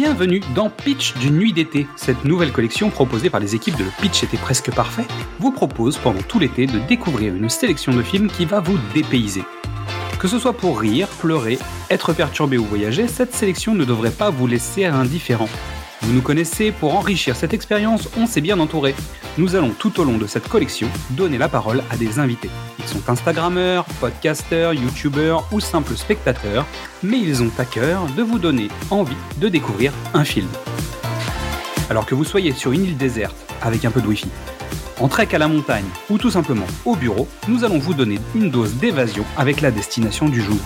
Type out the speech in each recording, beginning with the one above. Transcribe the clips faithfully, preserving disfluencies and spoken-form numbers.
Bienvenue dans Pitch d'une nuit d'été. Cette nouvelle collection proposée par les équipes de Le Pitch était presque parfait vous propose pendant tout l'été de découvrir une sélection de films qui va vous dépayser. Que ce soit pour rire, pleurer, être perturbé ou voyager, cette sélection ne devrait pas vous laisser indifférent. Vous nous connaissez, pour enrichir cette expérience, on s'est bien entouré. Nous allons tout au long de cette collection donner la parole à des invités. Ils sont instagrammeurs, podcasteurs, youtubeurs ou simples spectateurs, mais ils ont à cœur de vous donner envie de découvrir un film. Alors que vous soyez sur une île déserte avec un peu de wifi, en trek à la montagne ou tout simplement au bureau, nous allons vous donner une dose d'évasion avec la destination du jour.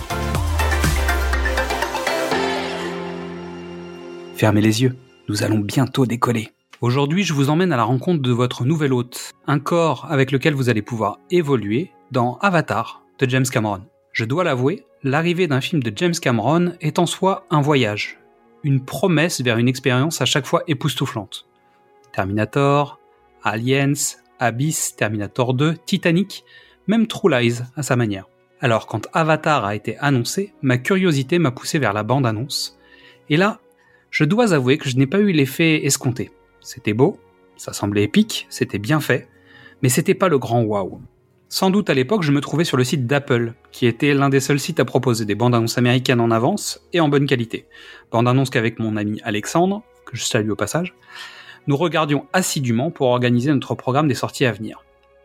Fermez les yeux, nous allons bientôt décoller. Aujourd'hui, je vous emmène à la rencontre de votre nouvel hôte, un corps avec lequel vous allez pouvoir évoluer dans Avatar de James Cameron. Je dois l'avouer, l'arrivée d'un film de James Cameron est en soi un voyage, une promesse vers une expérience à chaque fois époustouflante. Terminator, Aliens, Abyss, Terminator deux, Titanic, même True Lies à sa manière. Alors quand Avatar a été annoncé, ma curiosité m'a poussé vers la bande-annonce, et là, je dois avouer que je n'ai pas eu l'effet escompté. C'était beau, ça semblait épique, c'était bien fait, mais c'était pas le grand waouh. Sans doute à l'époque, je me trouvais sur le site d'Apple, qui était l'un des seuls sites à proposer des bandes-annonces américaines en avance et en bonne qualité. Bande-annonce qu'avec mon ami Alexandre, que je salue au passage, nous regardions assidûment pour organiser notre programme des sorties à venir.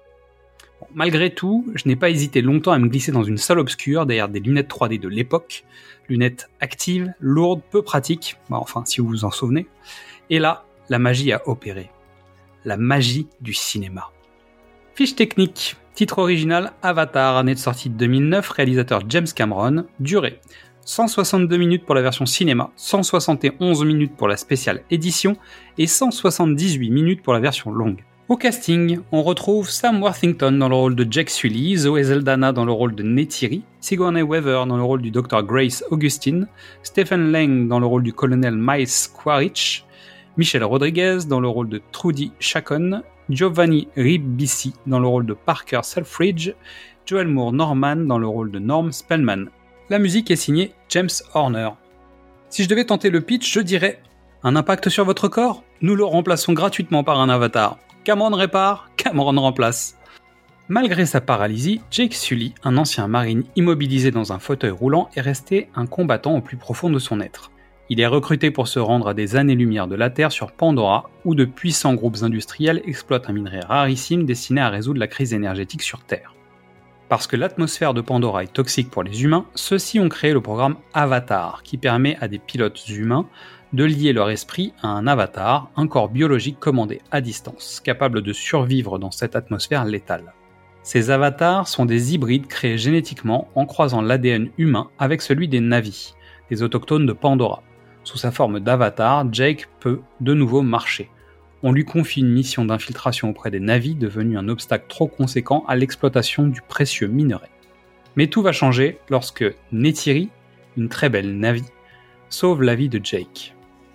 Bon, malgré tout, je n'ai pas hésité longtemps à me glisser dans une salle obscure derrière des lunettes trois D de l'époque, lunettes actives, lourdes, peu pratiques, bah enfin si vous vous en souvenez, et là, la magie a opéré. La magie du cinéma. Fiche technique. Titre original, Avatar, année de sortie deux mille neuf, réalisateur James Cameron. Durée, cent soixante-deux minutes pour la version cinéma, cent soixante et onze minutes pour la spéciale édition et cent soixante-dix-huit minutes pour la version longue. Au casting, on retrouve Sam Worthington dans le rôle de Jake Sully, Zoe Saldana dans le rôle de Neytiri, Sigourney Weaver dans le rôle du docteur Grace Augustine, Stephen Lang dans le rôle du colonel Miles Quaritch, Michelle Rodriguez dans le rôle de Trudy Chacon, Giovanni Ribisi dans le rôle de Parker Selfridge, Joel Moore Norman dans le rôle de Norm Spellman. La musique est signée James Horner. Si je devais tenter le pitch, je dirais « Un impact sur votre corps ? Nous le remplaçons gratuitement par un avatar. Cameron répare, Cameron remplace. » Malgré sa paralysie, Jake Sully, un ancien marine immobilisé dans un fauteuil roulant, est resté un combattant au plus profond de son être. Il est recruté pour se rendre à des années-lumière de la Terre sur Pandora, où de puissants groupes industriels exploitent un minerai rarissime destiné à résoudre la crise énergétique sur Terre. Parce que l'atmosphère de Pandora est toxique pour les humains, ceux-ci ont créé le programme Avatar, qui permet à des pilotes humains de lier leur esprit à un avatar, un corps biologique commandé à distance, capable de survivre dans cette atmosphère létale. Ces avatars sont des hybrides créés génétiquement en croisant l'A D N humain avec celui des Na'vi, des autochtones de Pandora. Sous sa forme d'avatar, Jake peut de nouveau marcher. On lui confie une mission d'infiltration auprès des Na'vi, devenu un obstacle trop conséquent à l'exploitation du précieux minerai. Mais tout va changer lorsque Neytiri, une très belle Na'vi, sauve la vie de Jake.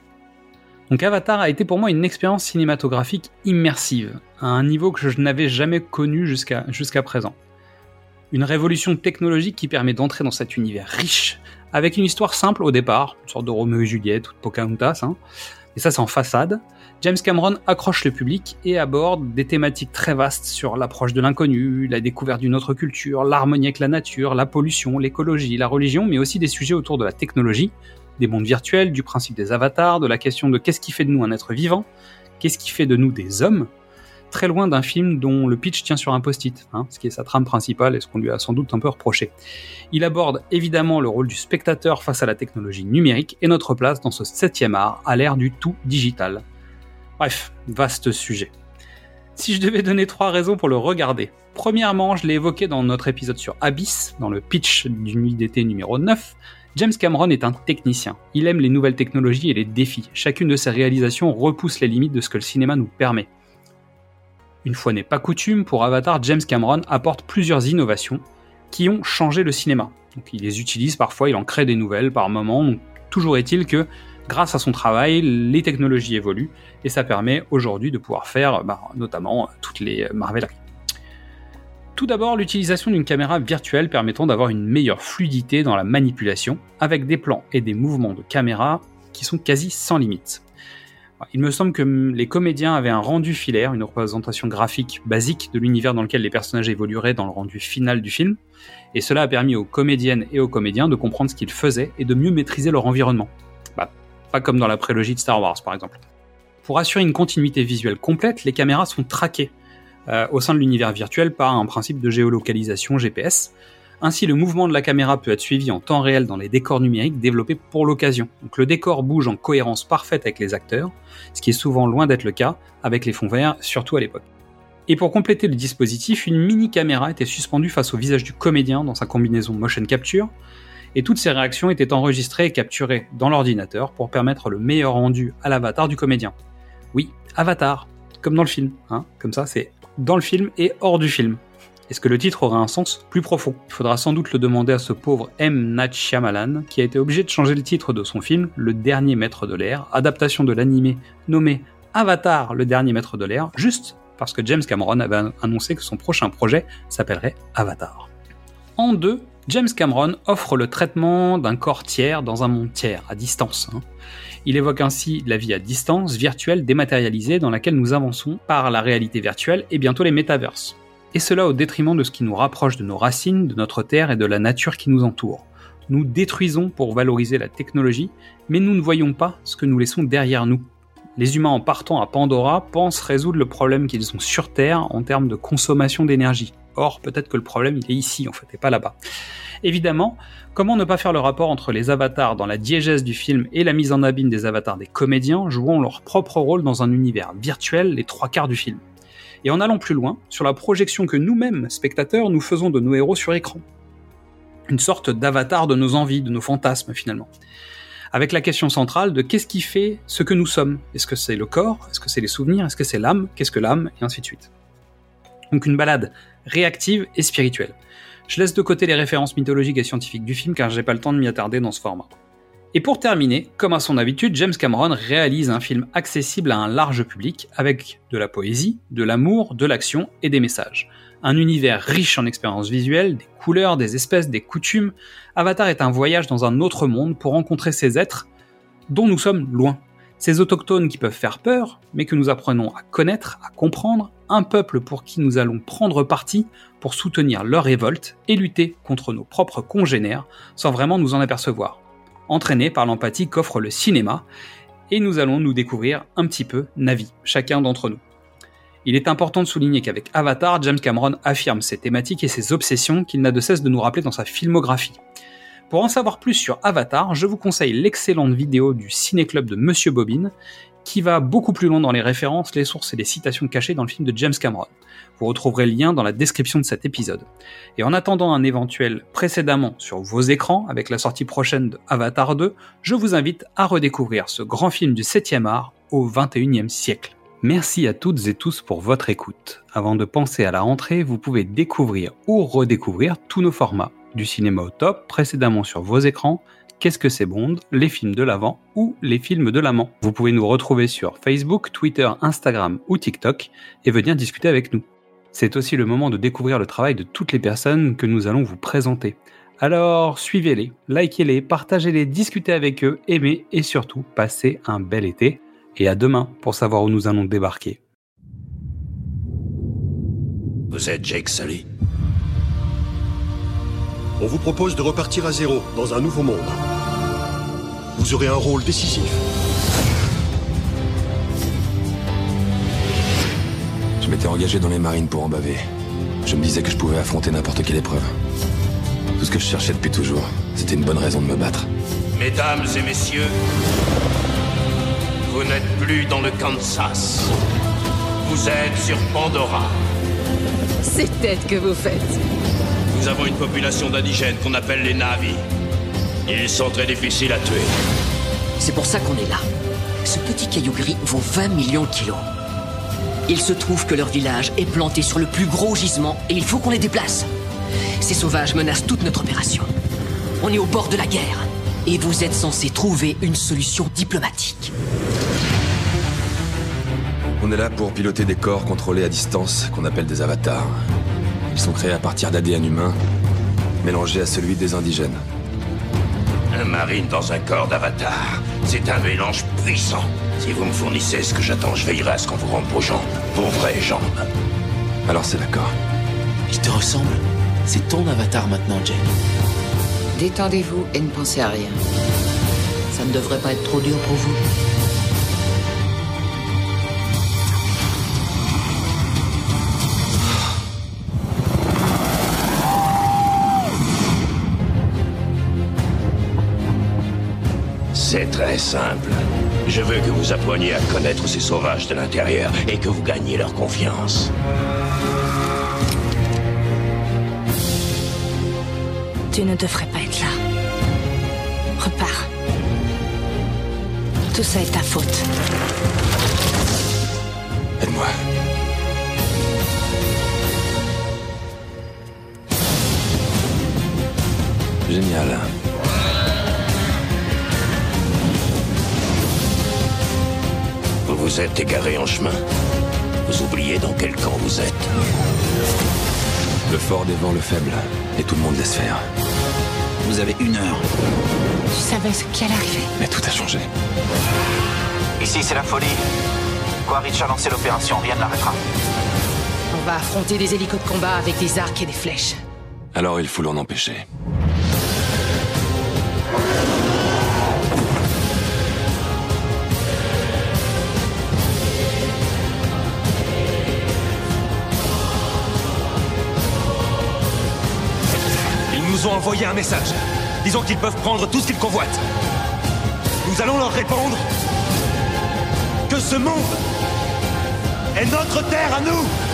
Donc Avatar a été pour moi une expérience cinématographique immersive, à un niveau que je n'avais jamais connu jusqu'à, jusqu'à présent. Une révolution technologique qui permet d'entrer dans cet univers riche, avec une histoire simple au départ, une sorte de Roméo et Juliette ou de Pocahontas, hein. Et ça c'est en façade. James Cameron accroche le public et aborde des thématiques très vastes sur l'approche de l'inconnu, la découverte d'une autre culture, l'harmonie avec la nature, la pollution, l'écologie, la religion, mais aussi des sujets autour de la technologie, des mondes virtuels, du principe des avatars, de la question de qu'est-ce qui fait de nous un être vivant, qu'est-ce qui fait de nous des hommes, très loin d'un film dont le pitch tient sur un post-it, hein, ce qui est sa trame principale et ce qu'on lui a sans doute un peu reproché. Il aborde évidemment le rôle du spectateur face à la technologie numérique et notre place dans ce septième art à l'ère du tout digital. Bref, vaste sujet. Si je devais donner trois raisons pour le regarder, premièrement, je l'ai évoqué dans notre épisode sur Abyss, dans le pitch d'une nuit d'été numéro neuf, James Cameron est un technicien. Il aime les nouvelles technologies et les défis. Chacune de ses réalisations repousse les limites de ce que le cinéma nous permet. Une fois n'est pas coutume, pour Avatar, James Cameron apporte plusieurs innovations qui ont changé le cinéma. Donc, il les utilise parfois, il en crée des nouvelles par moments. Donc, toujours est-il que, grâce à son travail, les technologies évoluent et ça permet aujourd'hui de pouvoir faire bah, notamment toutes les marveleries. Tout d'abord, l'utilisation d'une caméra virtuelle permettant d'avoir une meilleure fluidité dans la manipulation, avec des plans et des mouvements de caméra qui sont quasi sans limite. Il me semble que les comédiens avaient un rendu filaire, une représentation graphique basique de l'univers dans lequel les personnages évolueraient dans le rendu final du film, et cela a permis aux comédiennes et aux comédiens de comprendre ce qu'ils faisaient et de mieux maîtriser leur environnement. Bah, pas comme dans la prélogie de Star Wars par exemple. Pour assurer une continuité visuelle complète, les caméras sont traquées euh, au sein de l'univers virtuel par un principe de géolocalisation G P S. Ainsi, le mouvement de la caméra peut être suivi en temps réel dans les décors numériques développés pour l'occasion. Donc le décor bouge en cohérence parfaite avec les acteurs, ce qui est souvent loin d'être le cas avec les fonds verts, surtout à l'époque. Et pour compléter le dispositif, une mini-caméra était suspendue face au visage du comédien dans sa combinaison motion capture, et toutes ces réactions étaient enregistrées et capturées dans l'ordinateur pour permettre le meilleur rendu à l'avatar du comédien. Oui, avatar, comme dans le film, hein, comme ça c'est dans le film et hors du film. Est-ce que le titre aura un sens plus profond ? Il faudra sans doute le demander à ce pauvre M. Night Shyamalan, qui a été obligé de changer le titre de son film, Le Dernier Maître de l'Air, adaptation de l'animé nommé Avatar, le Dernier Maître de l'Air, juste parce que James Cameron avait annoncé que son prochain projet s'appellerait Avatar. En deux, James Cameron offre le traitement d'un corps tiers dans un monde tiers, à distance. Hein. Il évoque ainsi la vie à distance, virtuelle, dématérialisée, dans laquelle nous avançons par la réalité virtuelle et bientôt les metaverses. Et cela au détriment de ce qui nous rapproche de nos racines, de notre terre et de la nature qui nous entoure. Nous détruisons pour valoriser la technologie, mais nous ne voyons pas ce que nous laissons derrière nous. Les humains en partant à Pandora pensent résoudre le problème qu'ils ont sur Terre en termes de consommation d'énergie. Or, peut-être que le problème il est ici en fait, et pas là-bas. Évidemment, comment ne pas faire le rapport entre les avatars dans la diégèse du film et la mise en abîme des avatars des comédiens jouant leur propre rôle dans un univers virtuel les trois quarts du film. Et en allant plus loin, sur la projection que nous-mêmes, spectateurs, nous faisons de nos héros sur écran. Une sorte d'avatar de nos envies, de nos fantasmes finalement. Avec la question centrale de qu'est-ce qui fait ce que nous sommes ? Est-ce que c'est le corps ? Est-ce que c'est les souvenirs ? Est-ce que c'est l'âme ? Qu'est-ce que l'âme ? Et ainsi de suite. Donc une balade réactive et spirituelle. Je laisse de côté les références mythologiques et scientifiques du film car j'ai pas le temps de m'y attarder dans ce format. Et pour terminer, comme à son habitude, James Cameron réalise un film accessible à un large public avec de la poésie, de l'amour, de l'action et des messages. Un univers riche en expériences visuelles, des couleurs, des espèces, des coutumes. Avatar est un voyage dans un autre monde pour rencontrer ces êtres dont nous sommes loin. Ces autochtones qui peuvent faire peur, mais que nous apprenons à connaître, à comprendre, un peuple pour qui nous allons prendre parti pour soutenir leur révolte et lutter contre nos propres congénères sans vraiment nous en apercevoir. Entraînés par l'empathie qu'offre le cinéma, et nous allons nous découvrir un petit peu Na'vi, chacun d'entre nous. Il est important de souligner qu'avec Avatar, James Cameron affirme ses thématiques et ses obsessions qu'il n'a de cesse de nous rappeler dans sa filmographie. Pour en savoir plus sur Avatar, je vous conseille l'excellente vidéo du Ciné-Club de Monsieur Bobine, qui va beaucoup plus loin dans les références, les sources et les citations cachées dans le film de James Cameron. Vous retrouverez le lien dans la description de cet épisode. Et en attendant un éventuel précédemment sur vos écrans, avec la sortie prochaine de Avatar deux, je vous invite à redécouvrir ce grand film du septième art au vingt et unième siècle. Merci à toutes et tous pour votre écoute. Avant de penser à la rentrée, vous pouvez découvrir ou redécouvrir tous nos formats. Du cinéma au top, précédemment sur vos écrans, Qu'est-ce que c'est Bond, les films de l'avant ou les films de l'amant. Vous pouvez nous retrouver sur Facebook, Twitter, Instagram ou TikTok et venir discuter avec nous. C'est aussi le moment de découvrir le travail de toutes les personnes que nous allons vous présenter. Alors suivez-les, likez-les, partagez-les, discutez avec eux, aimez et surtout passez un bel été. Et à demain pour savoir où nous allons débarquer. Vous êtes Jake Sully. On vous propose de repartir à zéro, dans un nouveau monde. Vous aurez un rôle décisif. Je m'étais engagé dans les marines pour en baver. Je me disais que je pouvais affronter n'importe quelle épreuve. Tout ce que je cherchais depuis toujours, c'était une bonne raison de me battre. Mesdames et messieurs, vous n'êtes plus dans le Kansas. Vous êtes sur Pandora. Ces têtes que vous faites. Nous avons une population d'indigènes qu'on appelle les Na'vi. Ils sont très difficiles à tuer. C'est pour ça qu'on est là. Ce petit caillou gris vaut vingt millions de kilos. Il se trouve que leur village est planté sur le plus gros gisement et il faut qu'on les déplace. Ces sauvages menacent toute notre opération. On est au bord de la guerre et vous êtes censés trouver une solution diplomatique. On est là pour piloter des corps contrôlés à distance qu'on appelle des avatars. Ils sont créés à partir d'A D N humain, mélangés à celui des indigènes. Un marine dans un corps d'avatar. C'est un mélange puissant. Si vous me fournissez ce que j'attends, je veillerai à ce qu'on vous rende vos jambes. Vos vraies jambes. Alors c'est d'accord. Il te ressemble. C'est ton avatar maintenant, Jane. Détendez-vous et ne pensez à rien. Ça ne devrait pas être trop dur pour vous. C'est très simple. Je veux que vous appreniez à connaître ces sauvages de l'intérieur et que vous gagniez leur confiance. Tu ne devrais pas être là. Repars. Tout ça est ta faute. Aide-moi. Génial. Vous vous êtes égaré en chemin. Vous oubliez dans quel camp vous êtes. Le fort dévore le faible, et tout le monde laisse faire. Vous avez une heure. Tu savais ce qui allait arriver. Mais tout a changé. Ici, c'est la folie. Quaritch a lancé l'opération, rien ne l'arrêtera. On va affronter des hélicos de combat avec des arcs et des flèches. Alors il faut l'en empêcher. Ils nous ont envoyé un message. Disons qu'ils peuvent prendre tout ce qu'ils convoitent. Nous allons leur répondre que ce monde est notre terre à nous.